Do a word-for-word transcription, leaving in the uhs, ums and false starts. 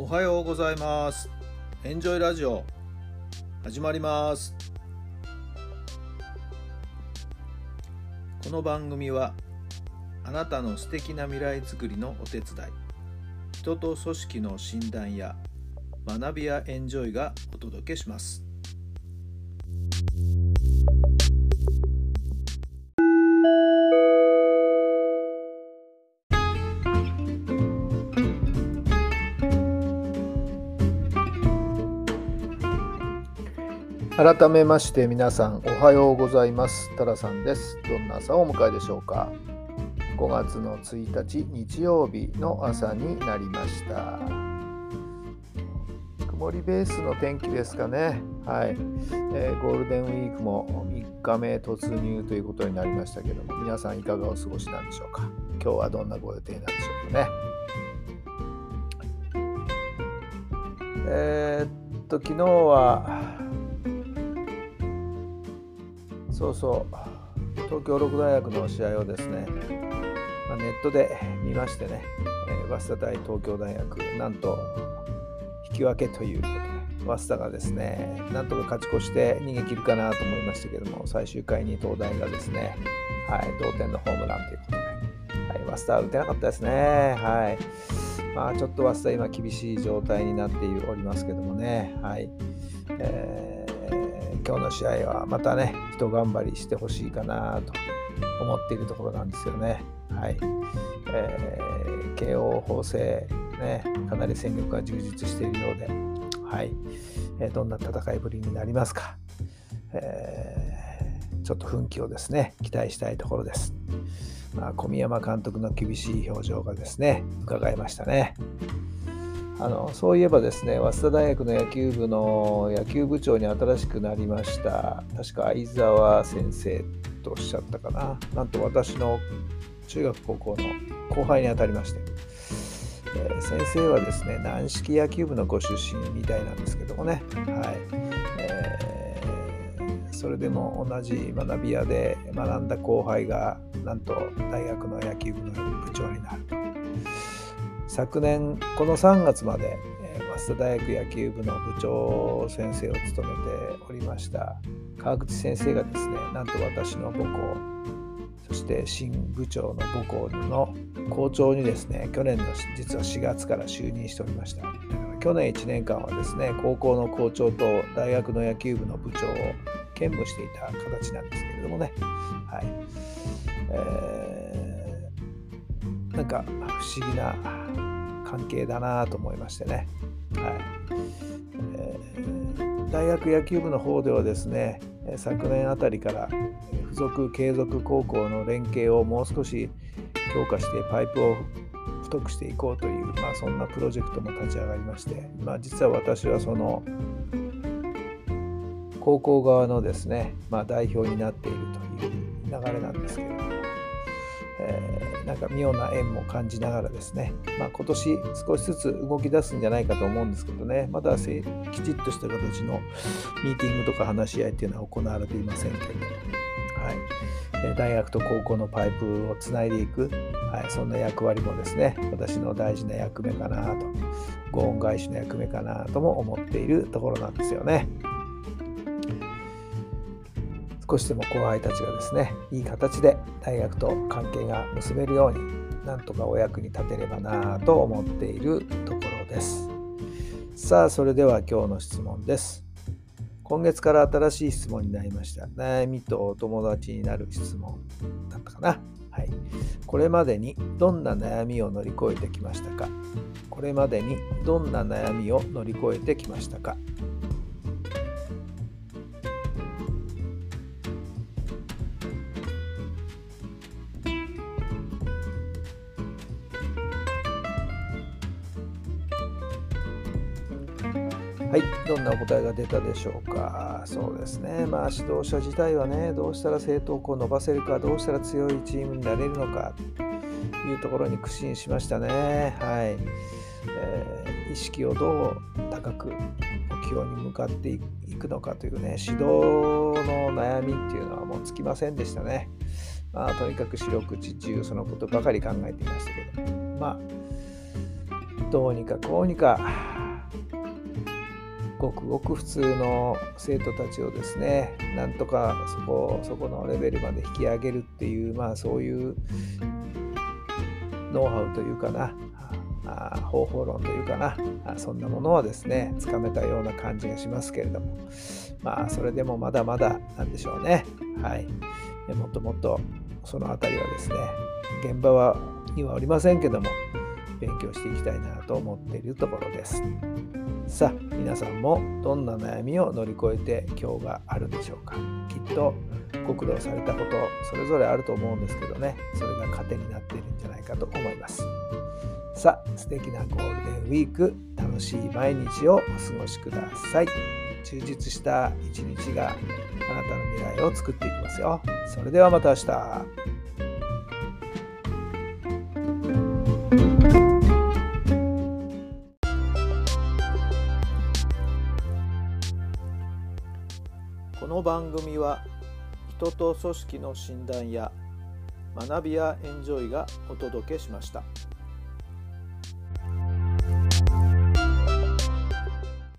おはようございます。エンジョイラジオ始まります。この番組はあなたの素敵な未来づくりのお手伝い、人と組織の診断や学びやエンジョイがお届けします。改めまして皆さんおはようございます。タラさんです。どんな朝をお迎えでしょうか。ごがつのついたち日曜日の朝になりました。曇りベースの天気ですかね。はい、えー、ゴールデンウィークもみっかめ突入ということになりましたけども、皆さんいかがお過ごしなんでしょうか。今日はどんなご予定なんでしょうかね。えー、っと昨日はそうそう東京六大学の試合をですね、まあ、ネットで見ましてね、えー、早稲田対東京大学、なんと引き分けということで、早稲田がですねなんとか勝ち越して逃げ切るかなと思いましたけども、最終回に東大がですね、はい、同点のホームランということで、はい、早稲田は打てなかったですね。はい、まあちょっと早稲田今厳しい状態になっておりますけどもね、はい、えー今日の試合はまたね一頑張りしてほしいかなと思っているところなんですよね。はい、えー、慶応法政ね、かなり戦力が充実しているようで、はい、えー、どんな戦いぶりになりますか。えー、ちょっと奮起をですね期待したいところです。まあ、小宮山監督の厳しい表情がですね伺えましたね。あのそういえばですね、早稲田大学の野球部の野球部長に新しくなりました。確か相沢先生とおっしゃったかな。なんと私の中学高校の後輩にあたりまして、えー、先生はですね軟式野球部のご出身みたいなんですけどもね、はい、えー、それでも同じ学び屋で学んだ後輩がなんと大学の野球部の部長になると。昨年このさんがつまで早稲田大学野球部の部長先生を務めておりました川口先生がですね、なんと私の母校、そして新部長の母校の校長にですね、去年の実はしがつから就任しておりました。だから去年いちねんかんはですね、高校の校長と大学の野球部の部長を兼務していた形なんですけれどもね、はい、えー、なんか不思議な関係だなと思いましてね、はい、えー、大学野球部の方ではですね、昨年あたりから付属継続高校の連携をもう少し強化してパイプを太くしていこうという、まあ、そんなプロジェクトも立ち上がりまして、まあ、実は私はその高校側のですね、まあ、代表になっているという流れなんですけれども、えー、なんか妙な縁も感じながらですね、まあ、今年少しずつ動き出すんじゃないかと思うんですけどね、まだきちっとした形のミーティングとか話し合いっていうのは行われていませんけれども、はい、大学と高校のパイプをつないでいく、はい、そんな役割もですね、私の大事な役目かなと、ご恩返しの役目かなとも思っているところなんですよね。少しでも後輩たちがですね、いい形で大学と関係が結べるように、なんとかお役に立てればなと思っているところです。さあ、それでは今日の質問です。今月から新しい質問になりました。悩みとお友達になる質問だったかな。はい。これまでにどんな悩みを乗り越えてきましたか。これまでにどんな悩みを乗り越えてきましたか。はい、どんなお答えが出たでしょうか。そうですね、まあ指導者自体はね、どうしたら正当校を伸ばせるか、どうしたら強いチームになれるのかというところに苦心しましたね。はい、えー、意識をどう高く目標に向かっていくのかというね、指導の悩みっていうのはもうつきませんでしたね。まあとにかく四六時中そのことばかり考えていましたけど、まあどうにかこうにかごくごく普通の生徒たちをですね、なんとかそこそこのレベルまで引き上げるっていう、まあそういうノウハウというかな、あ方法論というかな、あそんなものはですねつかめたような感じがしますけれども、まあそれでもまだまだなんでしょうね。はい、もっともっとそのあたりはですね、現場はにはおりませんけども勉強していきたいなと思っているところです。さあ皆さんもどんな悩みを乗り越えて今日があるんでしょうか。きっとご苦労されたことそれぞれあると思うんですけどね、それが糧になっているんじゃないかと思います。さあ素敵なゴールデンウィーク、楽しい毎日をお過ごしください。充実した一日があなたの未来を作っていきますよ。それではまた明日。この番組は人と組織の診断や学びやエンジョイがお届けしました。